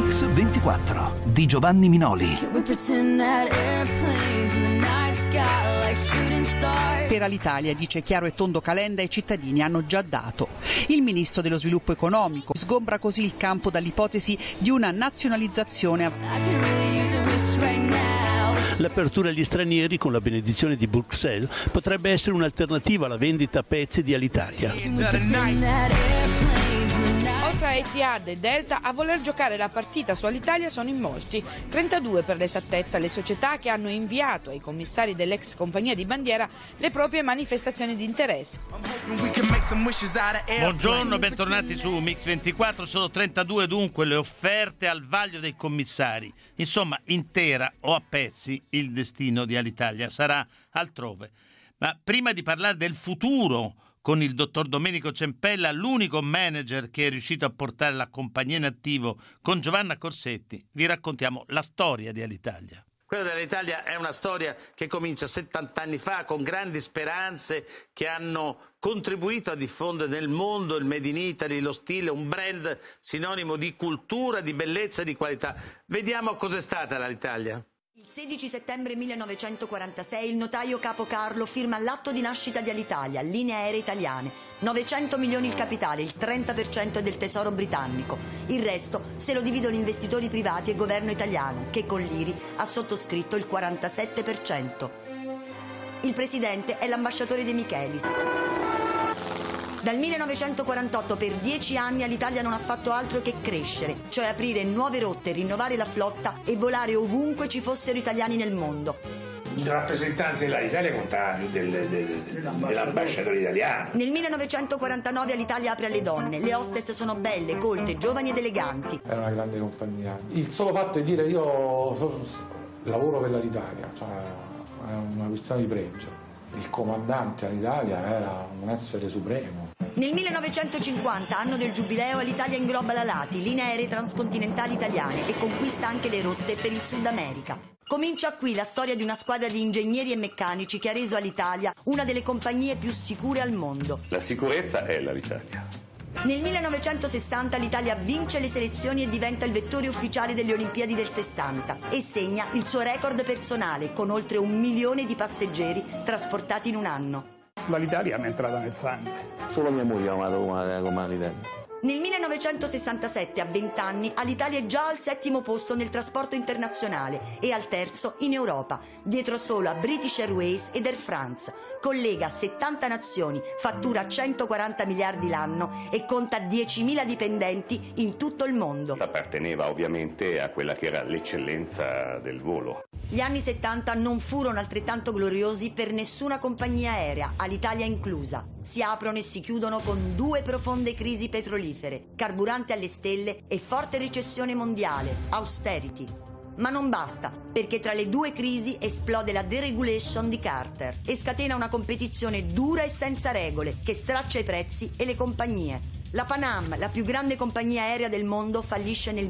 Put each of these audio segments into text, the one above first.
Mix 24 di Giovanni Minoli. Per Alitalia, dice chiaro e tondo Calenda, i cittadini hanno già dato. Il ministro dello sviluppo economico sgombra così il campo dall'ipotesi di una nazionalizzazione. L'apertura agli stranieri con la benedizione di Bruxelles potrebbe essere un'alternativa alla vendita a pezzi di Alitalia. Oltre a Etihad e Delta, a voler giocare la partita su Alitalia sono in molti. 32 per l'esattezza le società che hanno inviato ai commissari dell'ex compagnia di bandiera le proprie manifestazioni di interesse. Buongiorno, bentornati su Mix 24. Sono 32 dunque le offerte al vaglio dei commissari. Insomma, intera o a pezzi il destino di Alitalia sarà altrove. Ma prima di parlare del futuro con il dottor Domenico Ciampella, l'unico manager che è riuscito a portare la compagnia in attivo con Giovanna Corsetti, vi raccontiamo la storia di Alitalia. Quella dell'Italia è una storia che comincia 70 anni fa con grandi speranze che hanno contribuito a diffondere nel mondo il Made in Italy, lo stile, un brand sinonimo di cultura, di bellezza e di qualità. Vediamo cos'è stata l'Alitalia. Il 16 settembre 1946 il notaio Capo Carlo firma l'atto di nascita di Alitalia, linee aeree italiane. 900 milioni il capitale, il 30% è del tesoro britannico. Il resto se lo dividono investitori privati e governo italiano, che con l'IRI ha sottoscritto il 47%. Il presidente è l'ambasciatore De Michelis. Dal 1948 per 10 anni Alitalia non ha fatto altro che crescere, cioè aprire nuove rotte, rinnovare la flotta e volare ovunque ci fossero italiani nel mondo. La rappresentanza dell'Italia contava più dell'ambasciatore italiano. Nel 1949 Alitalia apre alle donne, le hostess sono belle, colte, giovani ed eleganti. È una grande compagnia. Il solo fatto di dire io lavoro per l'Alitalia, cioè è una questione di pregio. Il comandante all'Italia era un essere supremo. Nel 1950, anno del giubileo, Alitalia ingloba la Lati, linee aeree transcontinentali italiane, e conquista anche le rotte per il Sud America. Comincia qui la storia di una squadra di ingegneri e meccanici che ha reso Alitalia una delle compagnie più sicure al mondo. La sicurezza è l'Alitalia. Nel 1960 l'Italia vince le selezioni e diventa il vettore ufficiale delle Olimpiadi del 60 e segna il suo record personale con oltre 1 milione di passeggeri trasportati in un anno. L'Alitalia mi è entrata nel sangue. Solo mia moglie ha amato come l'Alitalia. Nel 1967, a 20 anni, Alitalia è già al 7° posto nel trasporto internazionale e al 3° in Europa, dietro solo a British Airways ed Air France. Collega 70 nazioni, fattura 140 miliardi l'anno e conta 10.000 dipendenti in tutto il mondo. Apparteneva ovviamente a quella che era l'eccellenza del volo. Gli anni 70 non furono altrettanto gloriosi per nessuna compagnia aerea, Alitalia inclusa. Si aprono e si chiudono con 2 profonde crisi petrolifere, carburante alle stelle e forte recessione mondiale, austerity. Ma non basta, perché tra le 2 crisi esplode la deregulation di Carter e scatena una competizione dura e senza regole che straccia i prezzi e le compagnie. La Pan Am, la più grande compagnia aerea del mondo, fallisce nel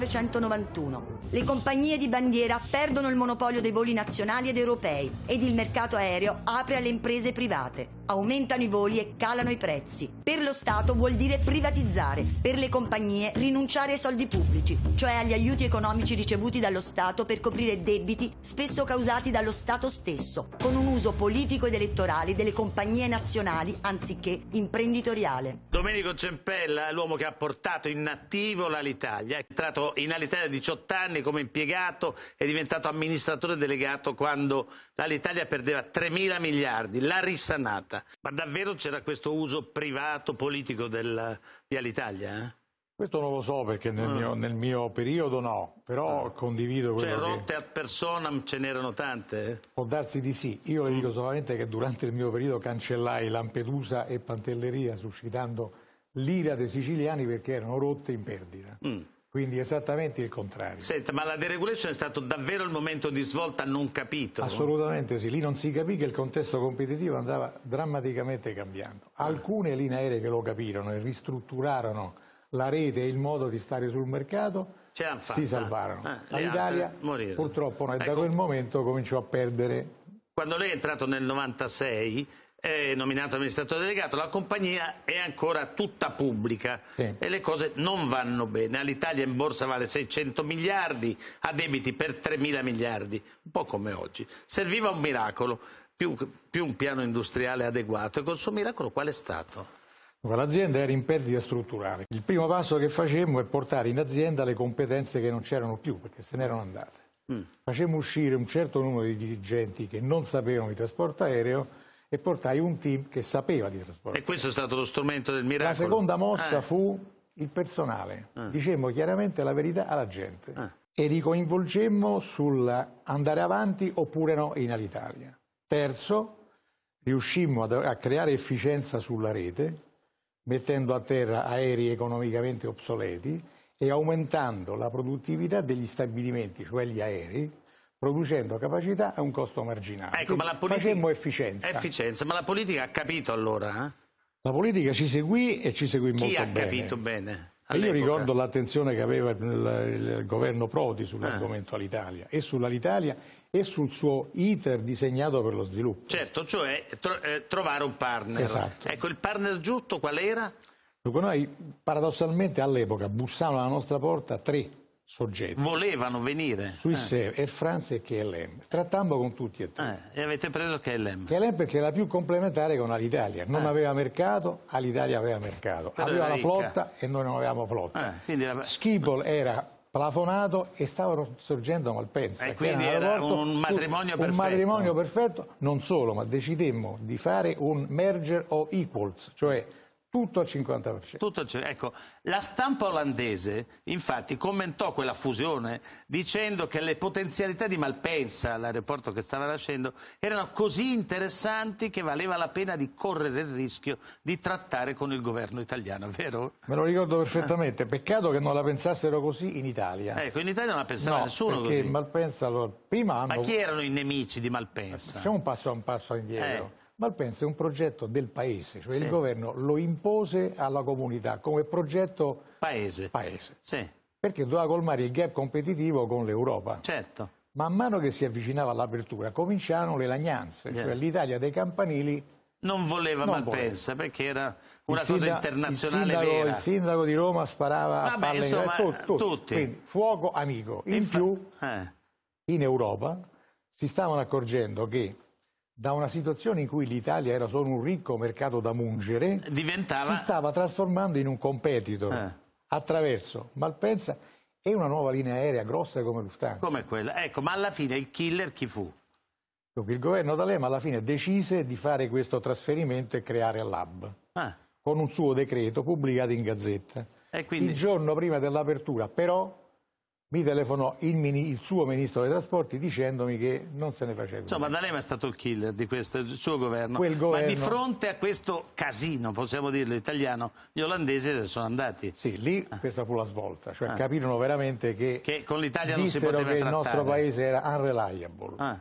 1991. Le compagnie di bandiera perdono il monopolio dei voli nazionali ed europei ed il mercato aereo apre alle imprese private. Aumentano i voli e calano i prezzi. Per lo Stato vuol dire privatizzare, per le compagnie rinunciare ai soldi pubblici, cioè agli aiuti economici ricevuti dallo Stato per coprire debiti spesso causati dallo Stato stesso, con un uso politico ed elettorale delle compagnie nazionali anziché imprenditoriale. Domenico Ciampella è l'uomo che ha portato in attivo l'Alitalia. È entrato in Alitalia a 18 anni come impiegato, è diventato amministratore delegato quando l'Alitalia perdeva 3.000 miliardi, l'ha risanata. Ma davvero c'era questo uso privato politico di Alitalia? Questo non lo so perché nel mio periodo no, però condivido quello rotte ad personam ce n'erano tante? Può darsi di sì, io le dico solamente che durante il mio periodo cancellai Lampedusa e Pantelleria suscitando l'ira dei siciliani perché erano rotte in perdita. Quindi esattamente il contrario. Senta, ma la deregulation è stato davvero il momento di svolta non capito? Assolutamente sì, lì non si capì che il contesto competitivo andava drammaticamente cambiando. Alcune linee aeree che lo capirono e ristrutturarono la rete e il modo di stare sul mercato si salvarono. L'Italia purtroppo da quel momento cominciò a perdere. Quando lei è entrato nel 96 è nominato amministratore delegato, la compagnia è ancora tutta pubblica e le cose non vanno bene. L'Italia in borsa vale 600 miliardi, ha debiti per 3.000 miliardi, un po' come oggi. Serviva un miracolo, più un piano industriale adeguato, e col suo miracolo qual è stato? L'azienda era in perdita strutturale. Il primo passo che facemmo è portare in azienda le competenze che non c'erano più, perché se n'erano andate. Facemmo uscire un certo numero di dirigenti che non sapevano di trasporto aereo e portai un team che sapeva di trasporto aereo. E questo è stato lo strumento del miracolo? La seconda mossa fu il personale. Dicemmo chiaramente la verità alla gente e ricoinvolgemmo sull'andare avanti oppure no in Alitalia. Terzo, riuscimmo a creare efficienza sulla rete, mettendo a terra aerei economicamente obsoleti e aumentando la produttività degli stabilimenti, cioè gli aerei, producendo capacità a un costo marginale. Ecco, ma la politica... Facemmo efficienza. Efficienza, ma la politica ha capito allora? La politica ci seguì e ci seguì molto bene. Chi ha capito bene? Io ricordo l'attenzione che aveva il governo Prodi sull'argomento Alitalia e sull'Alitalia e sul suo iter disegnato per lo sviluppo. Certo, cioè trovare un partner. Esatto. Ecco, il partner giusto qual era? Dunque noi paradossalmente all'epoca bussavano alla nostra porta 3 soggetti. Volevano venire. Swissair, Air France e KLM. Trattammo con tutti e 3. E avete preso KLM? KLM perché era più complementare con Alitalia. Non aveva mercato, Alitalia aveva mercato. Però aveva la flotta e noi non avevamo flotta. Schiphol era plafonato e stavano sorgendo Malpensa. E quindi era un matrimonio perfetto. Un matrimonio perfetto, non solo, ma decidemmo di fare un merger of equals, cioè tutto al 50%. Tutto, ecco, la stampa olandese infatti commentò quella fusione dicendo che le potenzialità di Malpensa, l'aeroporto che stava nascendo, erano così interessanti che valeva la pena di correre il rischio di trattare con il governo italiano, vero? Me lo ricordo perfettamente, peccato che non la pensassero così in Italia. Ecco, in Italia non la pensava nessuno perché così. Malpensa, prima Ma chi erano i nemici di Malpensa? Facciamo un passo indietro. Malpensa è un progetto del paese, cioè il governo lo impose alla comunità come progetto paese. Sì. Perché doveva colmare il gap competitivo con l'Europa. Certo. Man mano che si avvicinava all'apertura cominciarono le lagnanze, cioè l'Italia dei campanili non voleva Malpensa perché era una cosa internazionale vera. Il sindaco di Roma sparava a palle tutti. Quindi fuoco amico. In più, in Europa si stavano accorgendo che da una situazione in cui l'Italia era solo un ricco mercato da mungere, si stava trasformando in un competitor attraverso Malpensa e una nuova linea aerea grossa come Lufthansa. Come quella, ecco, ma alla fine il killer chi fu? Il governo D'Alema alla fine decise di fare questo trasferimento e creare l'hub, con un suo decreto pubblicato in Gazzetta. E quindi... Il giorno prima dell'apertura però mi telefonò il suo ministro dei trasporti dicendomi che non se ne faceva. Insomma, D'Alema è stato il killer di questo, il suo governo. Ma di fronte a questo casino, possiamo dirlo italiano, gli olandesi sono andati. Sì, lì questa fu la svolta, cioè capirono veramente che con l'Italia non si poteva che trattare. Il nostro paese era unreliable.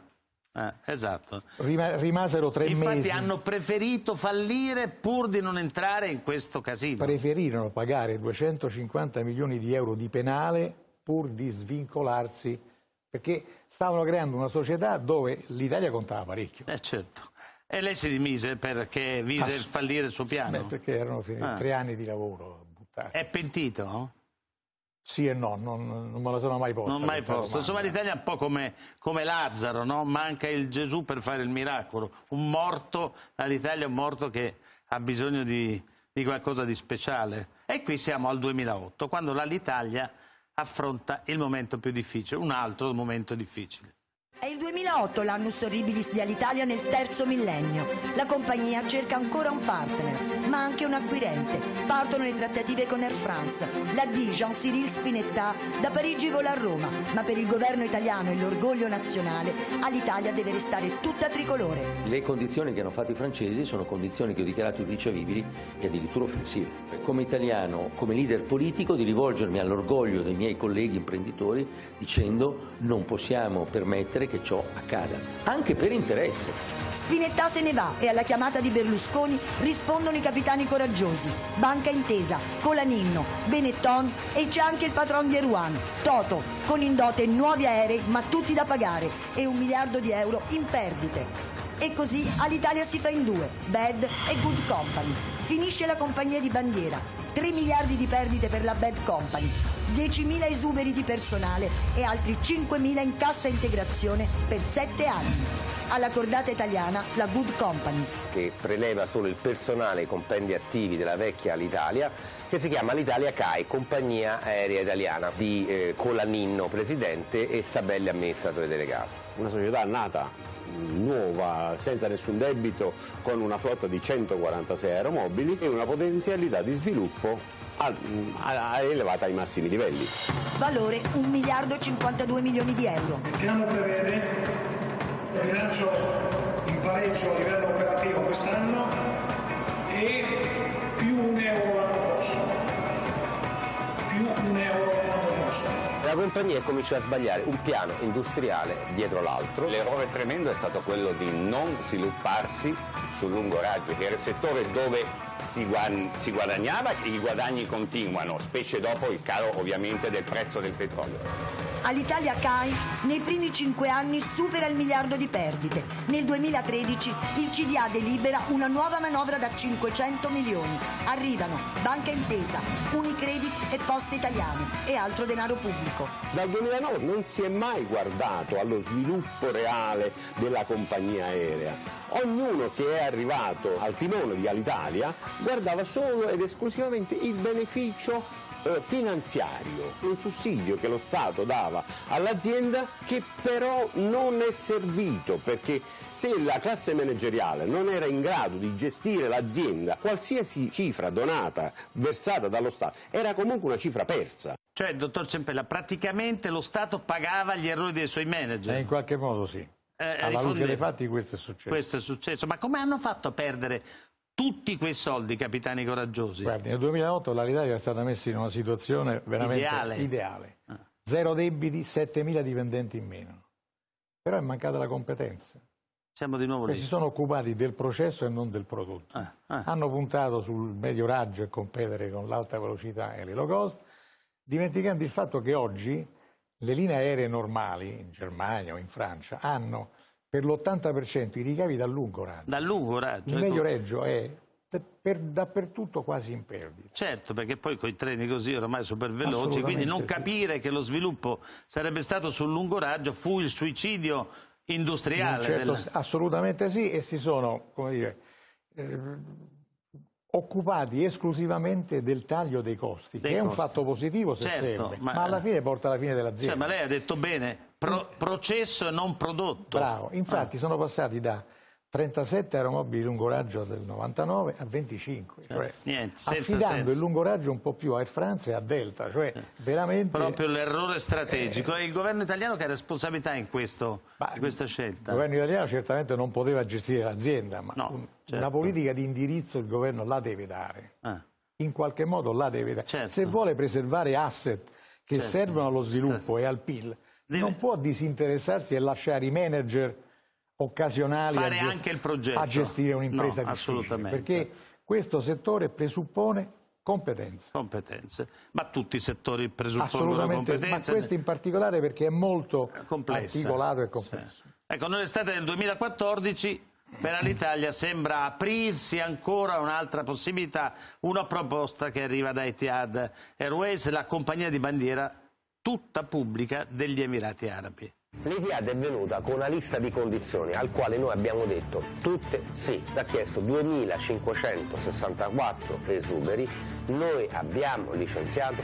Esatto. Rimasero 3 mesi. Infatti hanno preferito fallire pur di non entrare in questo casino. Preferirono pagare 250 milioni di euro di penale pur di svincolarsi, perché stavano creando una società dove l'Italia contava parecchio. Certo. E lei si dimise perché vise fallire il suo piano? Perché erano finiti 3 anni di lavoro buttati. È pentito? Sì e no, non me la sono mai posta. Non mai posta. Insomma, l'Italia è un po' come Lazzaro, no? Manca il Gesù per fare il miracolo. Un morto, l'Italia è un morto che ha bisogno di qualcosa di speciale. E qui siamo al 2008, quando l'Italia affronta il momento più difficile, un altro momento difficile. È il 2008 l'annus horribilis di Alitalia nel 3° millennio. La compagnia cerca ancora un partner, ma anche un acquirente. Partono le trattative con Air France. L'AD Jean-Cyril Spinetta da Parigi vola a Roma, ma per il governo italiano e l'orgoglio nazionale, Alitalia deve restare tutta tricolore. Le condizioni che hanno fatto i francesi sono condizioni che ho dichiarato irricevibili e addirittura offensive. Come italiano, come leader politico, di rivolgermi all'orgoglio dei miei colleghi imprenditori dicendo non possiamo permettere che ciò accada, anche per interesse. Spinetta se ne va e alla chiamata di Berlusconi rispondono i capitani coraggiosi, Banca Intesa, Colaninno, Benetton e c'è anche il patron di Erwan, Toto, con in dote nuovi aerei ma tutti da pagare e 1 miliardo di euro in perdite. E così Alitalia si fa in due, Bad e Good Company. Finisce la compagnia di bandiera, 3 miliardi di perdite per la Bad Company, 10.000 esuberi di personale e altri 5.000 in cassa integrazione per 7 anni. Alla cordata italiana la Good Company, che preleva solo il personale e i compendi attivi della vecchia Alitalia, che si chiama Alitalia CAI, Compagnia Aerea Italiana, di Colaninno presidente e Sabelli amministratore delegato. Una società nata nuova, senza nessun debito, con una flotta di 146 aeromobili e una potenzialità di sviluppo elevata ai massimi livelli. Valore 1 miliardo e 52 milioni di euro. Il piano prevede bilancio in pareggio a livello operativo quest'anno e più un euro l'anno prossimo. La compagnia comincia a sbagliare un piano industriale dietro l'altro. L'errore tremendo è stato quello di non svilupparsi sul lungo raggio, che era il settore dove si guadagnava e i guadagni continuano, specie dopo il calo ovviamente del prezzo del petrolio. Alitalia CAI nei primi 5 anni supera il miliardo di perdite. Nel 2013 il CDA delibera una nuova manovra da 500 milioni. Arrivano Banca Intesa, Unicredit e Poste Italiane e altro denaro pubblico. Dal 2009 non si è mai guardato allo sviluppo reale della compagnia aerea. Ognuno che è arrivato al timone di Alitalia guardava solo ed esclusivamente il beneficio finanziario, un sussidio che lo Stato dava all'azienda, che però non è servito, perché se la classe manageriale non era in grado di gestire l'azienda, qualsiasi cifra donata, versata dallo Stato, era comunque una cifra persa. Cioè, dottor Ciampella, praticamente lo Stato pagava gli errori dei suoi manager? In qualche modo sì. Alla luce dei fatti questo è successo. Questo è successo, ma come hanno fatto a perdere tutti quei soldi, capitani coraggiosi? Guardi, nel 2008 l'Alitalia è stata messa in una situazione veramente ideale. Zero debiti, 7.000 dipendenti in meno. Però è mancata la competenza. Siamo di nuovo lì. Si sono occupati del processo e non del prodotto. Hanno puntato sul medio raggio e competere con l'alta velocità e le low cost, dimenticando il fatto che oggi le linee aeree normali, in Germania o in Francia, hanno per l'80% i ricavi dal lungo raggio. Dal lungo raggio. Il medio raggio è dappertutto quasi in perdita. Certo, perché poi con i treni così ormai super veloci, quindi non capire che lo sviluppo sarebbe stato sul lungo raggio fu il suicidio industriale. Assolutamente sì, e si sono, come dire, occupati esclusivamente del taglio dei costi, che è un fatto positivo se serve, ma alla fine porta alla fine dell'azienda. Ma lei ha detto bene, processo e non prodotto. Bravo, infatti sono passati da 37 aeromobili lungo raggio del 99 a 25, cioè affidando il lungo raggio un po' più a Air France e a Delta, cioè veramente... Proprio l'errore strategico. È il governo italiano che ha responsabilità in questa scelta? Il governo italiano certamente non poteva gestire l'azienda, ma una politica di indirizzo il governo la deve dare, in qualche modo la deve dare. Se vuole preservare asset che servono allo sviluppo e al PIL, non può disinteressarsi e lasciare i manager occasionali a gestire un'impresa difficile, perché questo settore presuppone competenze. Ma tutti i settori presuppongono competenze? Ma questo in particolare perché è molto articolato e complesso. Ecco, nell'estate del 2014 per Alitalia sembra aprirsi ancora un'altra possibilità, una proposta che arriva da Etihad Airways, la compagnia di bandiera tutta pubblica degli Emirati Arabi. L'Etihad è venuta con una lista di condizioni al quale noi abbiamo detto tutte sì, ha chiesto 2.564 esuberi, noi abbiamo licenziato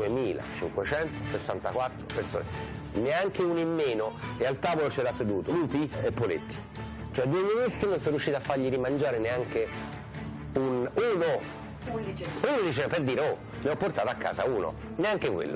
2.564 persone, neanche uno in meno, e al tavolo c'era seduto Lupi e Poletti, cioè due ministri non sono riusciti a fargli rimangiare neanche uno per dire ne ho portato a casa uno, neanche quello.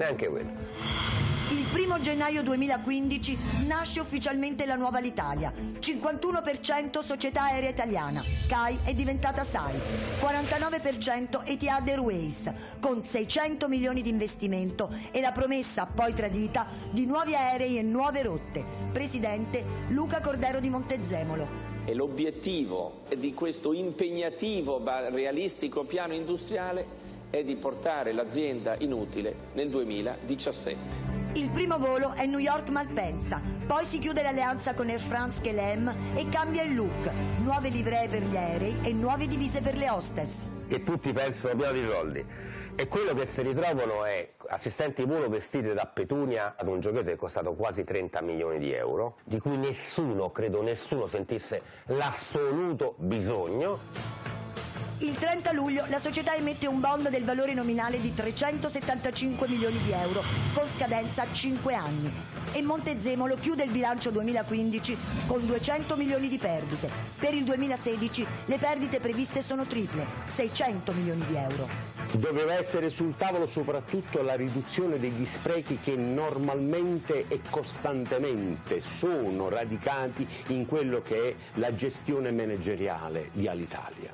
Il 1 gennaio 2015 nasce ufficialmente la nuova Alitalia, 51% Società Aerea Italiana, CAI è diventata SAI, 49% Etihad Airways, con 600 milioni di investimento e la promessa, poi tradita, di nuovi aerei e nuove rotte. Presidente Luca Cordero di Montezemolo. E l'obiettivo di questo impegnativo ma realistico piano industriale è di portare l'azienda in utile nel 2017. Il primo volo è New York-Malpensa, poi si chiude l'alleanza con Air France-KLM e cambia il look, nuove livree per gli aerei e nuove divise per le hostess. E tutti pensano pieno di soldi. E quello che si ritrovano è assistenti di volo vestiti da petunia ad un giochetto che è costato quasi 30 milioni di euro, di cui nessuno, credo nessuno, sentisse l'assoluto bisogno. Il 30 luglio la società emette un bond del valore nominale di 375 milioni di euro con scadenza a 5 anni e Montezemolo chiude il bilancio 2015 con 200 milioni di perdite. Per il 2016 le perdite previste sono triple, 600 milioni di euro. Doveva essere sul tavolo soprattutto la riduzione degli sprechi che normalmente e costantemente sono radicati in quello che è la gestione manageriale di Alitalia.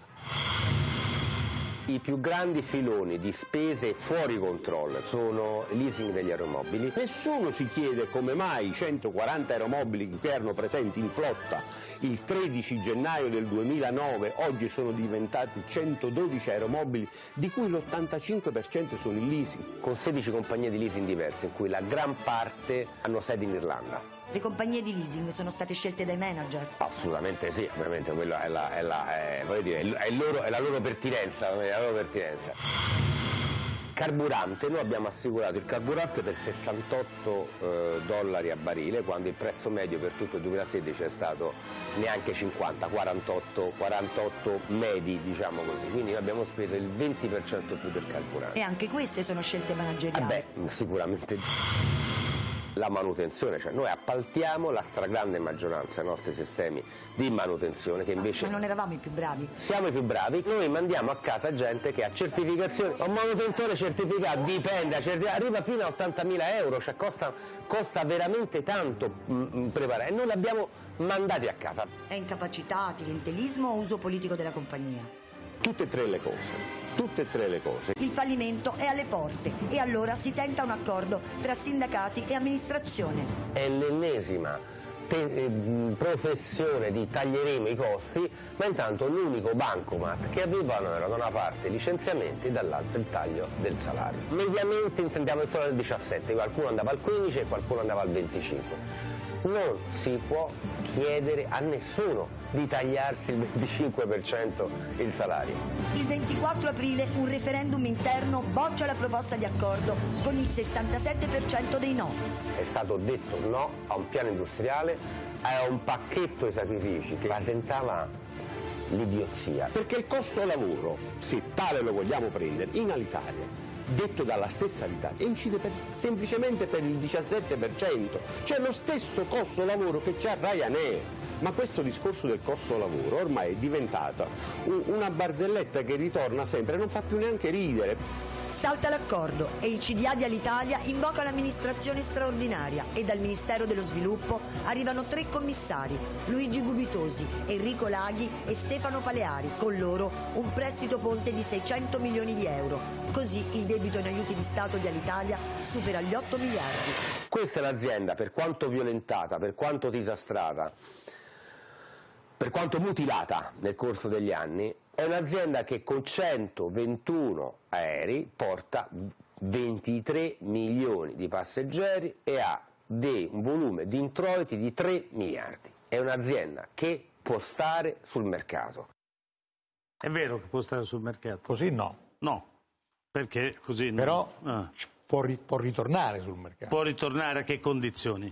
I più grandi filoni di spese fuori controllo sono il leasing degli aeromobili. Nessuno si chiede come mai i 140 aeromobili che erano presenti in flotta il 13 gennaio del 2009 oggi sono diventati 112 aeromobili, di cui l'85% sono in leasing. Con 16 compagnie di leasing diverse, in cui la gran parte hanno sede in Irlanda. Le compagnie di leasing sono state scelte dai manager? Assolutamente sì, ovviamente quella è la loro pertinenza. Carburante, noi abbiamo assicurato il carburante per $68 a barile, quando il prezzo medio per tutto il 2016 è stato neanche 50, 48 medi, diciamo così, quindi noi abbiamo speso il 20% più del carburante. E anche queste sono scelte manageriali? Sicuramente. La manutenzione, cioè noi appaltiamo la stragrande maggioranza dei nostri sistemi di manutenzione che invece... Ma non eravamo i più bravi? Siamo i più bravi, noi mandiamo a casa gente che ha certificazione, un manutentore certificato, dipende, arriva fino a 80.000 euro, cioè costa veramente tanto preparare, e noi li abbiamo mandati a casa. È incapacità, clientelismo o uso politico della compagnia? Tutte e tre le cose. Il fallimento è alle porte e allora si tenta un accordo tra sindacati e amministrazione. È l'ennesima professione di taglieremo i costi, ma intanto l'unico bancomat che avevano era da una parte i licenziamenti e dall'altra il taglio del salario. Mediamente intendiamo il salario del 17, qualcuno andava al 15 e qualcuno andava al 25. Non si può chiedere a nessuno di tagliarsi il 25% il salario. Il 24 aprile un referendum interno boccia la proposta di accordo con il 67% dei no. È stato detto no a un piano industriale, a un pacchetto di sacrifici che rasentava l'idiozia. Perché il costo lavoro, se tale lo vogliamo prendere, in Alitalia, detto dalla stessa Alitalia, incide semplicemente per il 17%, cioè lo stesso costo lavoro che c'ha Ryanair. Ma questo discorso del costo lavoro ormai è diventata una barzelletta che ritorna sempre e non fa più neanche ridere. Salta l'accordo e il CDA di Alitalia invoca l'amministrazione straordinaria e dal Ministero dello Sviluppo arrivano 3 commissari, Luigi Gubitosi, Enrico Laghi e Stefano Paleari, con loro un prestito ponte di 600 milioni di euro. Così il debito in aiuti di Stato di Alitalia supera gli 8 miliardi. Questa è l'azienda, per quanto violentata, per quanto disastrata, per quanto mutilata nel corso degli anni, è un'azienda che con 121 aerei porta 23 milioni di passeggeri e ha un volume di introiti di 3 miliardi. È un'azienda che può stare sul mercato. È vero che può stare sul mercato? Così no. No, perché così no? Però può ritornare sul mercato. Può ritornare a che condizioni?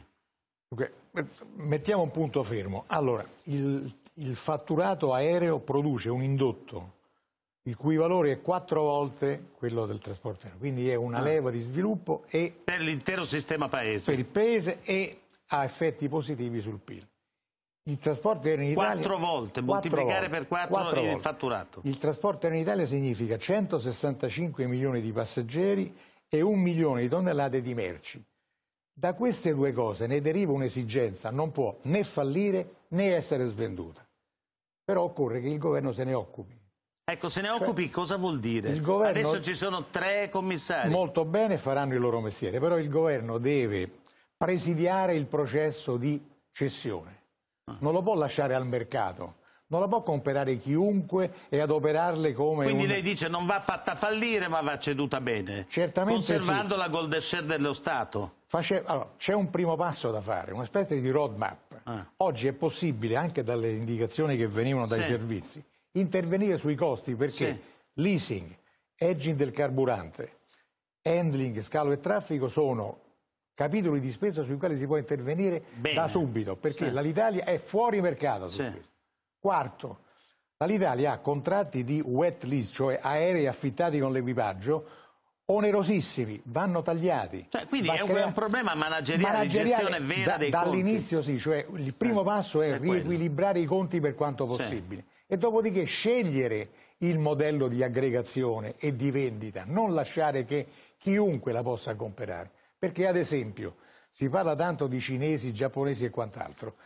Mettiamo un punto fermo. Allora, il fatturato aereo produce un indotto il cui valore è 4 volte quello del trasporto aereo, quindi è una leva di sviluppo e per l'intero sistema paese. Per il paese e ha effetti positivi sul PIL. Il trasporto aereo in Italia 4 volte, moltiplicare per 4 il fatturato. Il trasporto aereo in Italia significa 165 milioni di passeggeri e 1 milione di tonnellate di merci. Da queste due cose ne deriva un'esigenza, non può né fallire né essere svenduta. Però occorre che il governo se ne occupi. Ecco, se ne occupi cosa vuol dire? Adesso ci sono 3 commissari. Molto bene, faranno il loro mestiere, però il governo deve presidiare il processo di cessione. Non lo può lasciare al mercato, non la può comprare chiunque e adoperarle come Quindi lei dice non va fatta fallire ma va ceduta bene, certamente conservando la golden share dello Stato. Allora, c'è un primo passo da fare, una specie di roadmap. Oggi è possibile, anche dalle indicazioni che venivano dai servizi, intervenire sui costi, perché leasing, hedging del carburante, handling, scalo e traffico sono capitoli di spesa sui quali si può intervenire da subito, perché l'Alitalia è fuori mercato su questo. Quarto, l'Alitalia ha contratti di wet lease, cioè aerei affittati con l'equipaggio, onerosissimi, vanno tagliati. Quindi è un problema manageriale di gestione vera dei conti. Dall'inizio cioè il primo passo è riequilibrare i conti per quanto possibile e dopodiché scegliere il modello di aggregazione e di vendita, non lasciare che chiunque la possa comprare, perché ad esempio si parla tanto di cinesi, giapponesi e quant'altro,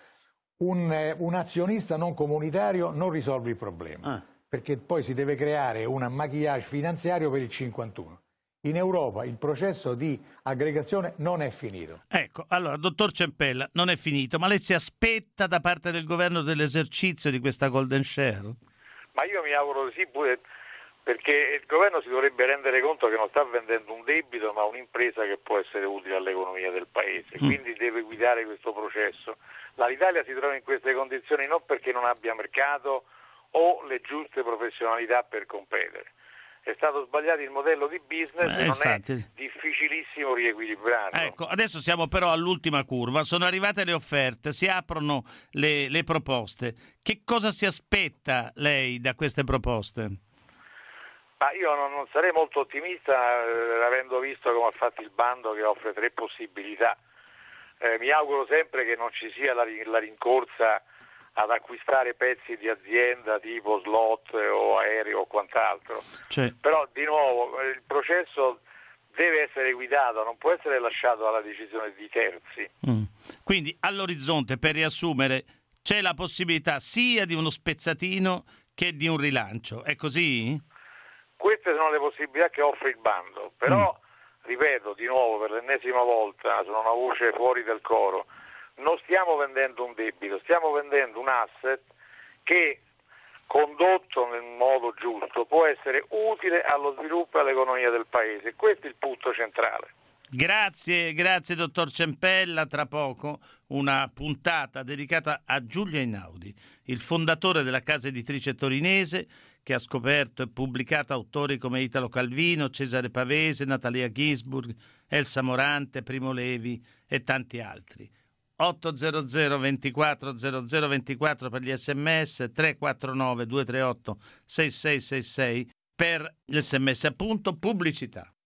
un azionista non comunitario non risolve il problema, perché poi si deve creare un maquillage finanziario per il 51. In Europa il processo di aggregazione non è finito. Ecco, allora, dottor Ciampella, non è finito, ma lei si aspetta da parte del governo dell'esercizio di questa golden share? Ma io mi auguro di sì, pure perché il governo si dovrebbe rendere conto che non sta vendendo un debito ma un'impresa che può essere utile all'economia del paese, quindi deve guidare questo processo. L'Italia si trova in queste condizioni non perché non abbia mercato o le giuste professionalità per competere. È stato sbagliato il modello di business, non è difficilissimo riequilibrarlo. Ecco, adesso siamo però all'ultima curva, sono arrivate le offerte, si aprono le proposte. Che cosa si aspetta lei da queste proposte? Ma io non sarei molto ottimista, avendo visto come ha fatto il bando che offre 3 possibilità. Mi auguro sempre che non ci sia la rincorsa ad acquistare pezzi di azienda tipo slot o aereo o quant'altro. Però di nuovo il processo deve essere guidato, non può essere lasciato alla decisione di terzi. Quindi all'orizzonte, per riassumere, c'è la possibilità sia di uno spezzatino che di un rilancio, è così? Queste sono le possibilità che offre il bando, però ripeto di nuovo per l'ennesima volta, sono una voce fuori del coro, non stiamo vendendo un debito, stiamo vendendo un asset che, condotto nel modo giusto, può essere utile allo sviluppo e all'economia del paese. Questo è il punto centrale. Grazie dottor Ciampella. Tra poco una puntata dedicata a Giulio Einaudi, il fondatore della casa editrice torinese, che ha scoperto e pubblicato autori come Italo Calvino, Cesare Pavese, Natalia Ginsburg, Elsa Morante, Primo Levi e tanti altri. 800 24 00 24 per gli sms, 349 238 6666 per l'sms, appunto, pubblicità.